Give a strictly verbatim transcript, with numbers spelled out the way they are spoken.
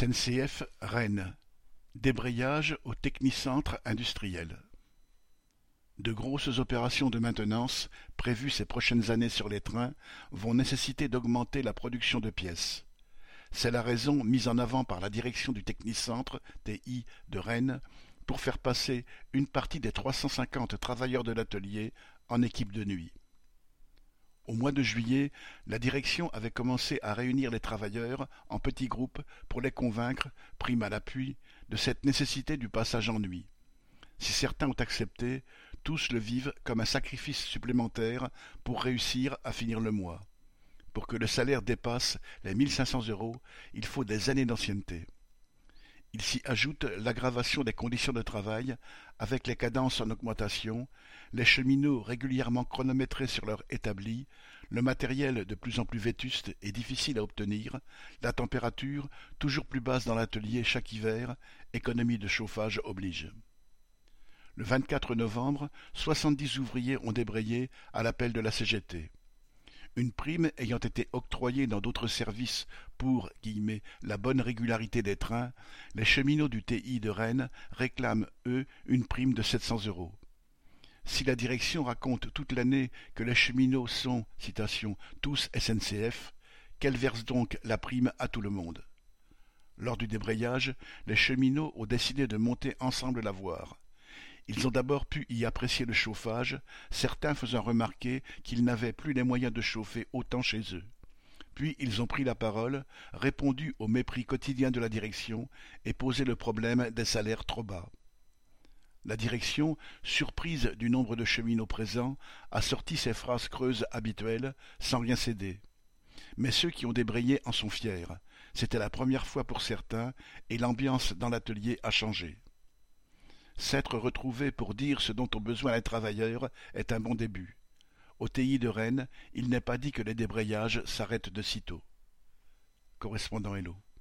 S N C F Rennes: débrayage au technicentre industriel. De grosses opérations de maintenance, prévues ces prochaines années sur les trains, vont nécessiter d'augmenter la production de pièces. C'est la raison mise en avant par la direction du Technicentre T I de Rennes pour faire passer une partie des trois cent cinquante travailleurs de l'atelier en équipe de nuit. Au mois de juillet, la direction avait commencé à réunir les travailleurs en petits groupes pour les convaincre, prime à l'appui, de cette nécessité du passage en nuit. Si certains ont accepté, tous le vivent comme un sacrifice supplémentaire pour réussir à finir le mois. Pour que le salaire dépasse les mille cinq cents euros, il faut des années d'ancienneté. Il s'y ajoute l'aggravation des conditions de travail, avec les cadences en augmentation, les cheminots régulièrement chronométrés sur l'heure établie, le matériel de plus en plus vétuste et difficile à obtenir, la température toujours plus basse dans l'atelier chaque hiver, économie de chauffage oblige. Le vingt-quatre novembre, soixante-dix ouvriers ont débrayé à l'appel de la C G T. Une prime ayant été octroyée dans d'autres services pour guillemets, la bonne régularité des trains, les cheminots du T I de Rennes réclament, eux, une prime de sept cents euros. Si la direction raconte toute l'année que les cheminots sont, citation, tous S N C F, qu'elle verse donc la prime à tout le monde. Lors du débrayage, les cheminots ont décidé de monter ensemble la voir. Ils ont d'abord pu y apprécier le chauffage, certains faisant remarquer qu'ils n'avaient plus les moyens de chauffer autant chez eux. Puis ils ont pris la parole, répondu au mépris quotidien de la direction et posé le problème des salaires trop bas. La direction, surprise du nombre de cheminots présents, a sorti ses phrases creuses habituelles, sans rien céder. Mais ceux qui ont débrayé en sont fiers. C'était la première fois pour certains, et l'ambiance dans l'atelier a changé. S'être retrouvé pour dire ce dont ont besoin les travailleurs est un bon début. Au T I de Rennes, il n'est pas dit que les débrayages s'arrêtent de sitôt. Correspondant Hello.